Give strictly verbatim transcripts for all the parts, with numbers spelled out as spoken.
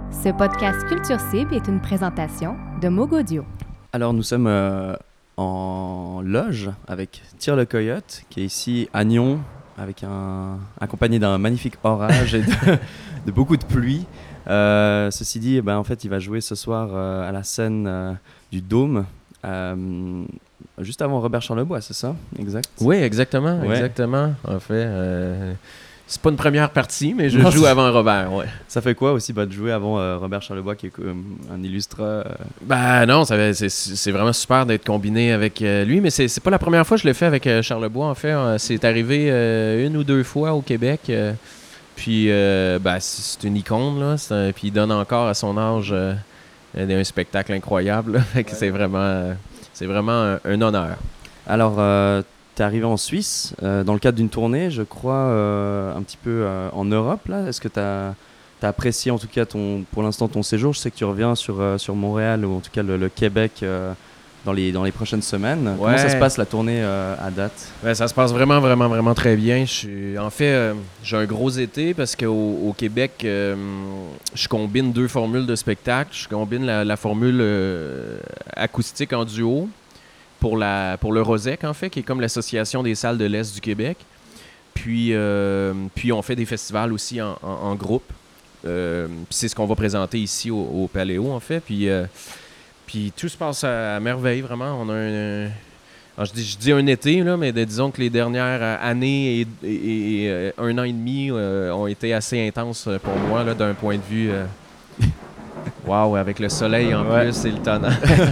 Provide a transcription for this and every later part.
Ce podcast Culture Cible est une présentation de Mogodio. Alors nous sommes euh, en loge avec Tire le Coyote qui est ici à Nyon avec un, accompagné d'un magnifique orage et de, de beaucoup de pluie. Euh, ceci dit, eh ben, en fait, il va jouer ce soir euh, à la scène euh, du Dôme, euh, juste avant Robert Charlebois, c'est ça? Exact? Oui, exactement, Ouais. exactement. En fait, euh, c'est pas une première partie, mais je Non, joue c'est- avant Robert, ouais. Ça fait quoi aussi bah, de jouer avant euh, Robert Charlebois qui est euh, un illustre... euh, Ben non, ça, c'est, c'est vraiment super d'être combiné avec euh, lui, mais c'est, c'est pas la première fois que je le fais avec euh, Charlebois, en fait. Euh, c'est arrivé euh, une ou deux fois au Québec. euh, puis, euh, ben, c'est c'est une icône, là. C'est un- puis il donne encore à son âge euh, un spectacle incroyable. Là. Fait que Ouais. c'est vraiment, euh, c'est vraiment un, un honneur. Alors, euh, tu es arrivé en Suisse euh, dans le cadre d'une tournée, je crois, euh, un petit peu euh, en Europe. Là. Est-ce que tu as apprécié en tout cas ton, pour l'instant ton séjour? Je sais que tu reviens sur, euh, sur Montréal ou en tout cas le, le Québec euh, dans, les, dans les prochaines semaines. Comment ça Ouais. se passe la tournée euh, à date? Ben, ça se passe vraiment, vraiment, vraiment très bien. Je suis... En fait, euh, j'ai un gros été parce qu'au au Québec, euh, je combine deux formules de spectacle. Je combine la, la formule euh, acoustique en duo pour, la, pour le Rosec, en fait, qui est comme l'Association des salles de l'Est du Québec. Puis, euh, puis on fait des festivals aussi en, en, en groupe. Euh, puis c'est ce qu'on va présenter ici au, au Paléo, en fait. Puis, euh, puis tout se passe à, à merveille, vraiment. On a un... Alors, je, dis, je dis un été, là, mais de- disons que les dernières euh, années et, et- et, euh, un an et demi euh, ont été assez intenses euh, pour moi, là, d'un point de vue... euh, Waouh, avec le soleil en Ouais. plus et le tonnerre.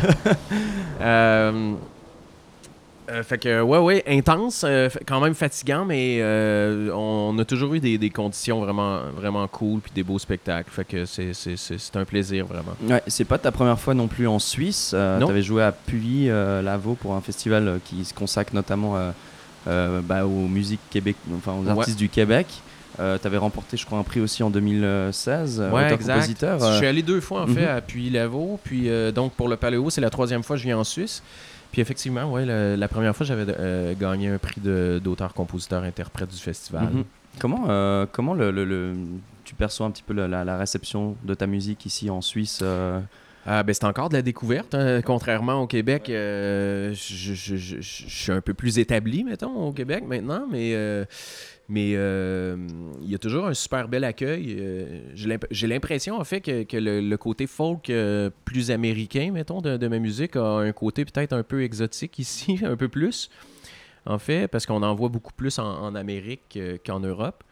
euh, euh, fait que, ouais, ouais, intense, euh, fa- quand même fatigant, mais euh, on a toujours eu des, des conditions vraiment, vraiment cool puis des beaux spectacles. Fait que c'est, c'est, c'est, c'est un plaisir, vraiment. Ouais, c'est pas ta première fois non plus en Suisse. Euh, Non. tu avais joué à Puy, euh, Lavaux pour un festival euh, qui se consacre notamment euh, euh, bah, aux musiques québec, enfin aux Ouais. artistes du Québec. Euh, tu avais remporté, je crois, un prix aussi en deux mille seize, euh, Ouais, exact. auteur-compositeur. Je euh, suis allé deux fois, en fait, mhm. à Puy-Lavaux. Puis, euh, donc, pour le Paléo, c'est la troisième fois que je viens en Suisse. Puis, effectivement, ouais, le- la première fois, j'avais euh, gagné un prix de- d'auteur-compositeur-interprète du festival. Mhm. Comment, euh, comment le, le- le- tu perçois un petit peu la, la- la réception de ta musique ici en Suisse euh, Ah, ben, c'est encore de la découverte. Hein. Contrairement au Québec, euh, je, je- je- je- je suis un peu plus établi, mettons, au Québec maintenant, mais euh, mais euh, il y a toujours un super bel accueil. Euh, j'ai, l'imp- j'ai l'impression, en fait, que, que le, le côté folk euh, plus américain, mettons, de, de ma musique a un côté peut-être un peu exotique ici, un peu plus, en fait, parce qu'on en voit beaucoup plus en, en Amérique euh, qu'en Europe.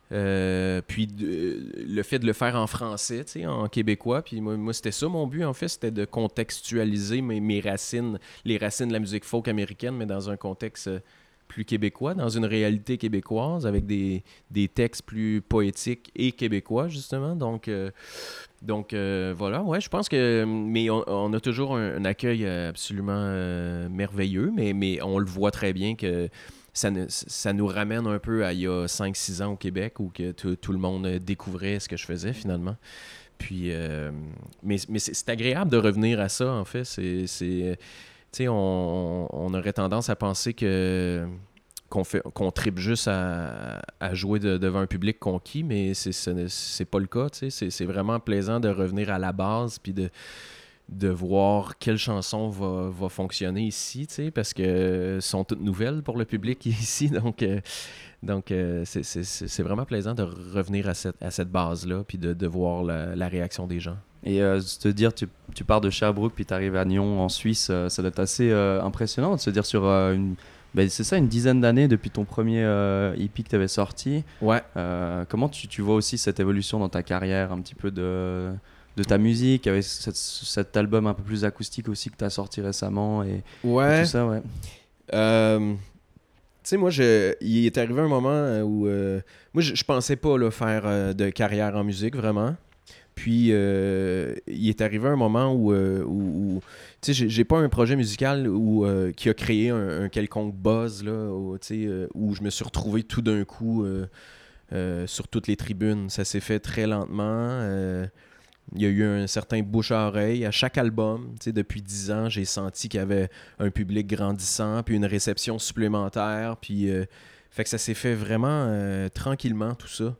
Euh, puis de- le fait de le faire en français, tu sais, en québécois, puis moi, moi, c'était ça mon but, en fait, c'était de contextualiser mes, mes racines, les racines de la musique folk américaine, mais dans un contexte euh, plus québécois, dans une réalité québécoise, avec des, des textes plus poétiques et québécois, justement. Donc, euh, donc euh, voilà, ouais, je pense que... Mais on, on a toujours un, un accueil euh, absolument euh, merveilleux, mais, mais on le voit très bien que ça, ne- ça nous ramène un peu à il y a cinq six ans au Québec où que tout, tout le monde euh, découvrait ce que je faisais finalement. Puis, euh, mais mais c'est, c'est agréable de revenir à ça, en fait. C'est, c'est, tu sais, on, on aurait tendance à penser que qu'on fait qu'on tripe juste à, à jouer de- devant un public conquis, mais c'est, c'est, c'est pas le cas, tu sais. C'est, c'est vraiment plaisant de revenir à la base puis de de voir quelle chanson va, va fonctionner ici, tu sais, parce que sont toutes nouvelles pour le public ici, donc, euh, donc euh, c'est, c'est, c'est c'est vraiment plaisant de revenir à cette, à cette base-là, puis de, de voir la, la réaction des gens. et euh, se dire, tu, tu pars de Sherbrooke puis tu arrives à Nyon en Suisse, euh, ça doit être assez euh, impressionnant de se dire sur euh, une, ben, c'est ça, une dizaine d'années depuis ton premier euh, E P que tu avais sorti. Ouais. Euh, comment tu, tu vois aussi cette évolution dans ta carrière, un petit peu de, de ta musique, avec cette- cet album un peu plus acoustique aussi que tu as sorti récemment et, et Ouais. tout ça, ouais. Euh, tu sais, moi, je, il est arrivé un moment où... euh, moi, je, je pensais pas là, faire euh, de carrière en musique, vraiment. Puis, euh, il est arrivé un moment où... euh, où- où- tu sais, j'ai, j'ai pas un projet musical où, euh, qui a créé un, un quelconque buzz, là, où, tu sais, euh, où je me suis retrouvé tout d'un coup euh, euh, sur toutes les tribunes. Ça s'est fait très lentement. euh, Il y a eu un certain bouche à oreille à chaque album. Tu sais, depuis dix ans, j'ai senti qu'il y avait un public grandissant, puis une réception supplémentaire. Puis, euh, fait que ça s'est fait vraiment euh, tranquillement, tout ça.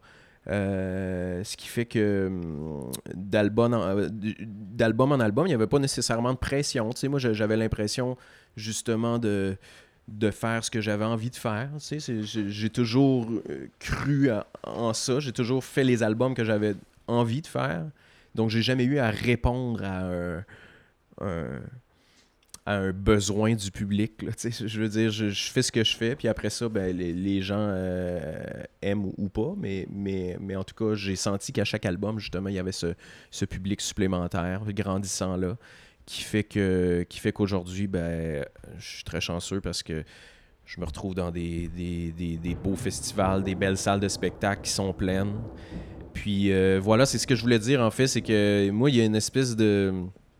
Euh, ce qui fait que hum, d'album en, euh, d'album en album, il n'y avait pas nécessairement de pression. Tu sais, moi, je- j'avais l'impression justement de, de faire ce que j'avais envie de faire. Tu sais, c'est- j'ai, j'ai toujours euh, cru à- en ça. J'ai toujours fait les albums que j'avais envie de faire. Donc, j'ai jamais eu à répondre à un, un, à un besoin du public. Là, tu sais. Je veux dire, je, je fais ce que je fais, puis après ça, ben, les, les gens euh, aiment ou, ou pas, mais, mais, mais en tout cas, j'ai senti qu'à chaque album, justement, il y avait ce, ce public supplémentaire, grandissant là, qui fait que qui fait qu'aujourd'hui, ben, je suis très chanceux parce que je me retrouve dans des, des, des, des beaux festivals, des belles salles de spectacle qui sont pleines. Puis euh, voilà, c'est ce que je voulais dire, en fait, c'est que moi, il y a une espèce de...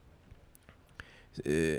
Euh,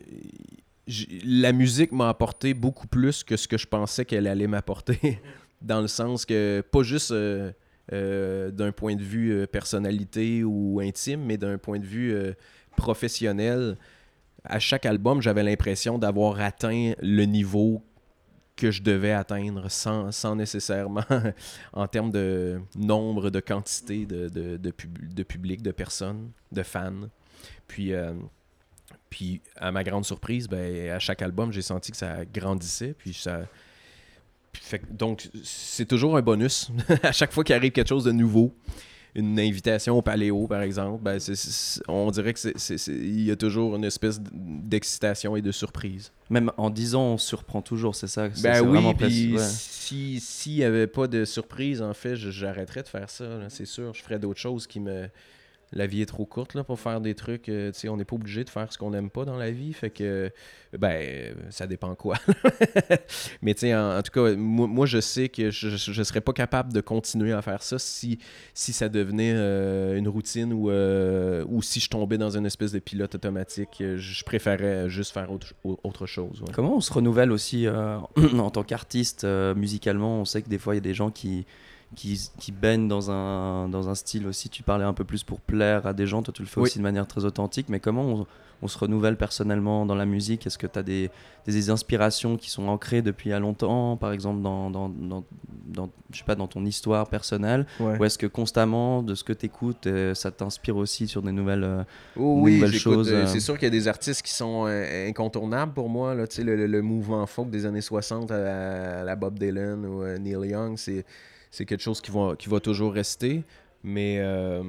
j- la musique m'a apporté beaucoup plus que ce que je pensais qu'elle allait m'apporter. Dans le sens que, pas juste euh, euh, d'un point de vue euh, personnalité ou intime, mais d'un point de vue euh, professionnel. À chaque album, j'avais l'impression d'avoir atteint le niveau que je devais atteindre sans, sans nécessairement, en termes de nombre, de quantité de, de, de, pub- de public, de personnes, de fans. Puis... euh, Puis, à ma grande surprise, ben, à chaque album, j'ai senti que ça grandissait. Puis ça... puis fait que- donc, c'est toujours un bonus. À chaque fois qu'il arrive quelque chose de nouveau, une invitation au Paléo, par exemple, ben, c'est- c'est- on dirait qu'il y a toujours une espèce d'excitation et de surprise. Même en dix ans, on surprend toujours, c'est ça. C'est, Ben c'est oui, vraiment puis précis, ouais. si, s'il n'y avait pas de surprise, en fait, je- j'arrêterais de faire ça, là, c'est sûr. Je ferais d'autres choses qui me... La vie est trop courte là, pour faire des trucs. Euh, tu sais, on n'est pas obligé de faire ce qu'on n'aime pas dans la vie. Fait que, ben, euh, ça dépend quoi. Mais tu sais, en, en tout cas, moi, moi, je sais que je ne serais pas capable de continuer à faire ça si, si ça devenait euh, une routine ou, euh, ou si je tombais dans une espèce de pilote automatique. Euh, Je préférais juste faire autre, autre chose. Ouais. Comment on se renouvelle aussi euh, en tant qu'artiste euh, musicalement? On sait que des fois, il y a des gens qui, qui, qui baignent dans un, dans un style aussi. Tu parlais un peu plus pour plaire à des gens. Toi, tu le fais Oui. aussi de manière très authentique. Mais comment on, on se renouvelle personnellement dans la musique? Est-ce que tu as des, des, des inspirations qui sont ancrées depuis il y a longtemps, par exemple, dans, dans, dans, dans, je sais pas, dans ton histoire personnelle? Ouais. Ou est-ce que constamment, de ce que tu écoutes, euh, ça t'inspire aussi sur des nouvelles, euh, Oh, des oui, nouvelles j'écoute, choses euh, euh, c'est sûr qu'il y a des artistes qui sont euh, incontournables pour moi. Là, tu sais, le, le, le mouvement folk des années soixante à la, à la Bob Dylan ou euh, Neil Young, c'est, c'est quelque chose qui va, qui va toujours rester. Mais, euh,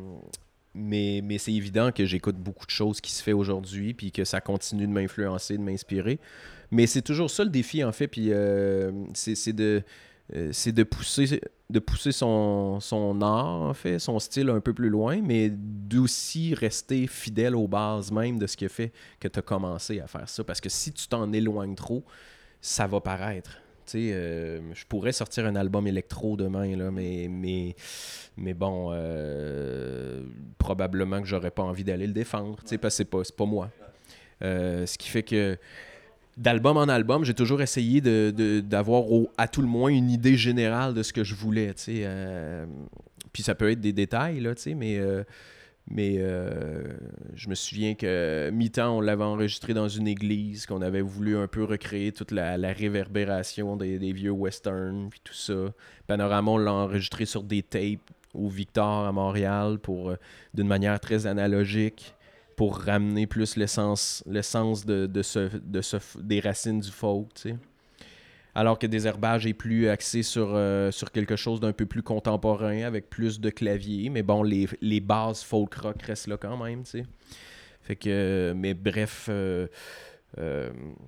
mais, mais c'est évident que j'écoute beaucoup de choses qui se font aujourd'hui puis que ça continue de m'influencer, de m'inspirer. Mais c'est toujours ça le défi, en fait. Puis euh, c'est, c'est de... Euh, c'est de pousser, de pousser son, son art, en fait, son style un peu plus loin, mais d'aussi rester fidèle aux bases même de ce qui a fait que tu as commencé à faire ça. Parce que si tu t'en éloignes trop, ça va paraître. Tu sais, euh, je pourrais sortir un album électro demain, là, mais, mais, mais bon, euh, probablement que j'aurais pas envie d'aller le défendre, tu sais, parce que c'est pas, c'est pas moi. Euh, ce qui fait que d'album en album, j'ai toujours essayé de, de, d'avoir au, à tout le moins une idée générale de ce que je voulais, tu sais. Euh, puis ça peut être des détails, là, tu sais, mais, euh, mais euh, je me souviens que mi-temps, on l'avait enregistré dans une église, qu'on avait voulu un peu recréer toute la, la réverbération des, des vieux westerns, puis tout ça. Panorama, on l'a enregistré sur des tapes au Victor à Montréal, pour, euh, d'une manière très analogique, pour ramener plus l'essence, l'essence de, de ce, de ce, des racines du folk, tu sais. Alors que Désherbage est plus axé sur, euh, sur quelque chose d'un peu plus contemporain, avec plus de clavier, mais bon, les, les bases folk rock restent là quand même, tu sais. Fait que, mais bref, euh, euh,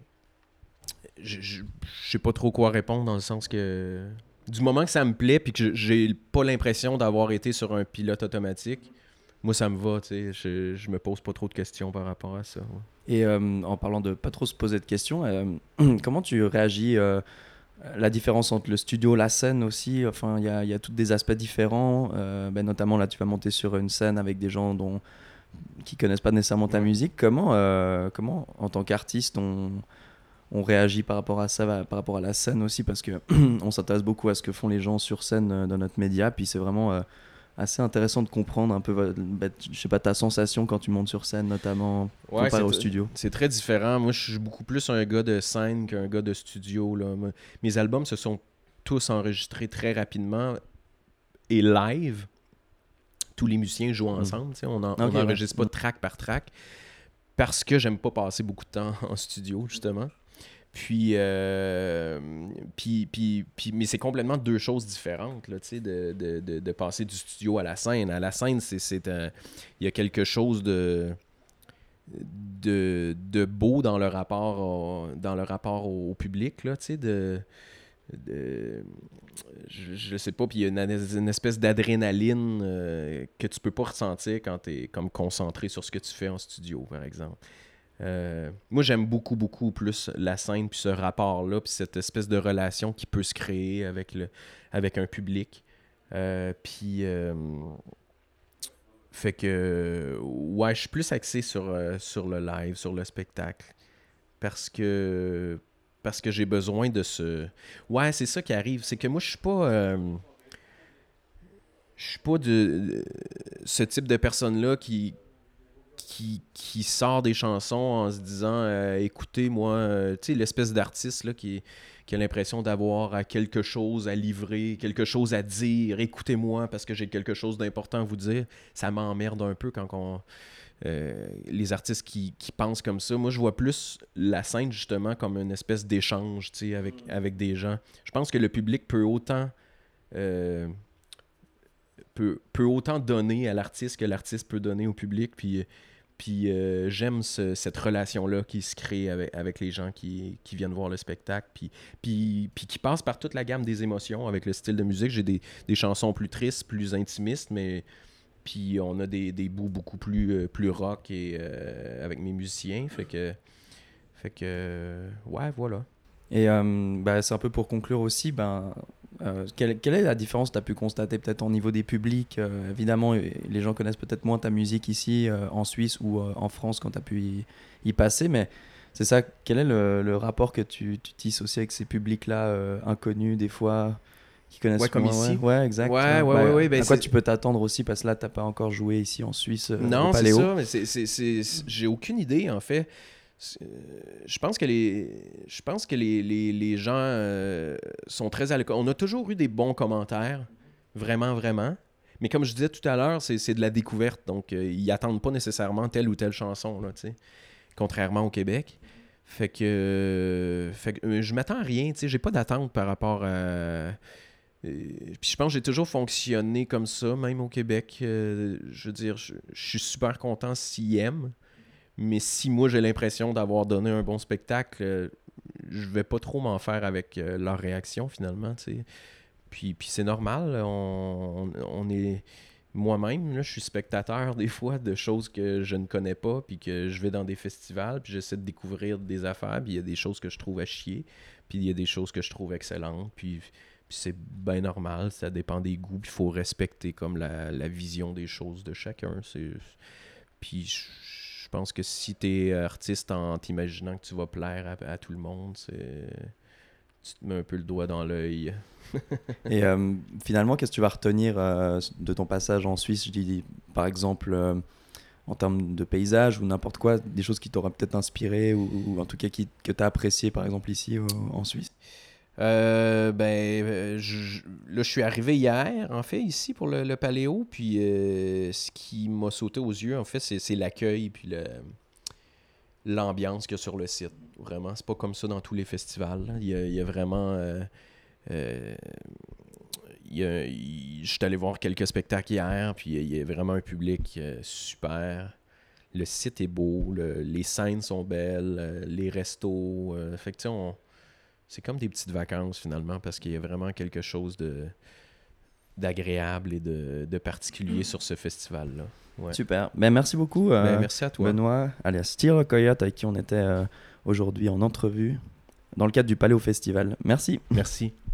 je je- je sais pas trop quoi répondre, dans le sens que du moment que ça me plaît puis que je- j'ai pas l'impression d'avoir été sur un pilote automatique, moi, ça me va, tu sais. Je, je me pose pas trop de questions par rapport à ça. Ouais. Et euh, en parlant de pas trop se poser de questions, euh, comment tu réagis euh, la différence entre le studio, la scène aussi? Enfin, il y a, y a tous des aspects différents. Euh, ben, notamment, là, tu vas monter sur une scène avec des gens dont, qui connaissent pas nécessairement ta Ouais. musique. Comment, euh, comment, en tant qu'artiste, on, on réagit par rapport à ça, par rapport à la scène aussi? Parce que on s'intéresse beaucoup à ce que font les gens sur scène euh, dans notre média. Puis c'est vraiment... Euh, assez intéressant de comprendre un peu, bah, je sais pas, ta sensation quand tu montes sur scène, notamment Ouais, comparé au c'est- studio. C'est très différent. Moi, je suis beaucoup plus un gars de scène qu'un gars de studio, là. Moi, mes albums se sont tous enregistrés très rapidement, est live. Tous les musiciens jouent ensemble. Mm. On n'enregistre okay, pas track par track parce que j'aime pas passer beaucoup de temps en studio, justement. Puis, euh, puis, puis, puis, mais c'est complètement deux choses différentes, là, de, de, de, de passer du studio à la scène. À la scène, c'est, c'est un, il y a quelque chose de, de, de beau dans le rapport au, dans le rapport au, au public, là, de, de, je, je sais pas, puis il y a une, une espèce d'adrénaline euh, que tu peux pas ressentir quand tu es comme concentré sur ce que tu fais en studio, par exemple. Euh, moi, j'aime beaucoup, beaucoup plus la scène, puis ce rapport-là, puis cette espèce de relation qui peut se créer avec, le, avec un public. Euh, puis, euh, fait que, ouais, je suis plus axé sur, euh, sur le live, sur le spectacle, parce que, parce que j'ai besoin de ce... Ouais, c'est ça qui arrive, c'est que moi, je suis pas... Euh, je suis pas de, de ce type de personne-là qui... Qui, qui sort des chansons en se disant euh, écoutez, moi, euh, tu sais, l'espèce d'artiste là, qui, qui a l'impression d'avoir quelque chose à livrer, quelque chose à dire, écoutez-moi parce que j'ai quelque chose d'important à vous dire. Ça m'emmerde un peu quand on, euh, les artistes qui, qui pensent comme ça. Moi, je vois plus la scène justement comme une espèce d'échange, tu sais, avec, avec des gens. Je pense que le public peut autant. Euh, Peut, peut autant donner à l'artiste que l'artiste peut donner au public. Puis, puis euh, j'aime ce, cette relation-là qui se crée avec, avec les gens qui, qui viennent voir le spectacle. Puis, puis, puis qui passe par toute la gamme des émotions avec le style de musique. J'ai des, des chansons plus tristes, plus intimistes, mais puis on a des, des bouts beaucoup plus, plus rock et, euh, avec mes musiciens. Fait que, fait que ouais, voilà. Et euh, bah, c'est un peu pour conclure aussi, ben, euh, quelle, quelle est la différence que tu as pu constater peut-être au niveau des publics euh, Évidemment, les gens connaissent peut-être moins ta musique ici, euh, en Suisse ou euh, en France quand tu as pu y, y passer, mais c'est ça, quel est le, le rapport que tu, tu tisses aussi avec ces publics-là euh, inconnus des fois qui connaissent ouais, comme moins, ici. Ouais, ouais exact. Ouais, ouais, bah, ouais, ouais, ben à quoi c'est... tu peux t'attendre aussi, parce que là, tu n'as pas encore joué ici en Suisse euh, non, au Paléo. Non, c'est ça, mais c'est, c'est, c'est, c'est, j'ai aucune idée, en fait. Euh, je pense que les, je pense que les, les, les gens euh, sont très à l'écoute. On a toujours eu des bons commentaires, vraiment, vraiment. Mais comme je disais tout à l'heure, c'est, c'est de la découverte. Donc, euh, ils n'attendent pas nécessairement telle ou telle chanson, là, tu sais, contrairement au Québec. Fait que, euh, fait que euh, je m'attends à rien. Tu sais, j'ai pas d'attente par rapport à... Euh, puis je pense que j'ai toujours fonctionné comme ça, même au Québec. Euh, je veux dire, je, je suis super content s'ils aiment. Mais si moi j'ai l'impression d'avoir donné un bon spectacle, euh, je vais pas trop m'en faire avec euh, leur réaction finalement, tu sais. Puis, puis c'est normal, on, on, on est... Moi-même, là, je suis spectateur des fois de choses que je ne connais pas, puis que je vais dans des festivals, puis j'essaie de découvrir des affaires, puis il y a des choses que je trouve à chier, puis il y a des choses que je trouve excellentes, puis, puis c'est bien normal, ça dépend des goûts, puis il faut respecter comme la, la vision des choses de chacun. C'est... Puis je Je pense que si tu es artiste en t'imaginant que tu vas plaire à, à tout le monde, c'est... tu te mets un peu le doigt dans l'œil. Et euh, finalement, qu'est-ce que tu vas retenir euh, de ton passage en Suisse? Je dis, par exemple, euh, en termes de paysage ou n'importe quoi, des choses qui t'auraient peut-être inspiré ou, ou en tout cas qui, que tu as apprécié, par exemple, ici au, en Suisse? Euh, ben, je, là, je suis arrivé hier, en fait, ici pour le, le Paléo. Puis, euh, ce qui m'a sauté aux yeux, en fait, c'est, c'est l'accueil puis le, l'ambiance qu'il y a sur le site. Vraiment, c'est pas comme ça dans tous les festivals. Là. Il, y a, il y a vraiment... Euh, euh, il y a, il, je suis allé voir quelques spectacles hier, puis il y a vraiment un public euh, super. Le site est beau, le, les scènes sont belles, euh, les restos. Euh, fait que, tu sais, on... c'est comme des petites vacances, finalement, parce qu'il y a vraiment quelque chose de d'agréable et de, de particulier sur ce festival-là. Ouais. Super. Ben, merci beaucoup, euh, ben, merci à toi. Benoît, alias Steel Coyote, avec qui on était euh, aujourd'hui en entrevue dans le cadre du Paléo Festival. Merci. Merci.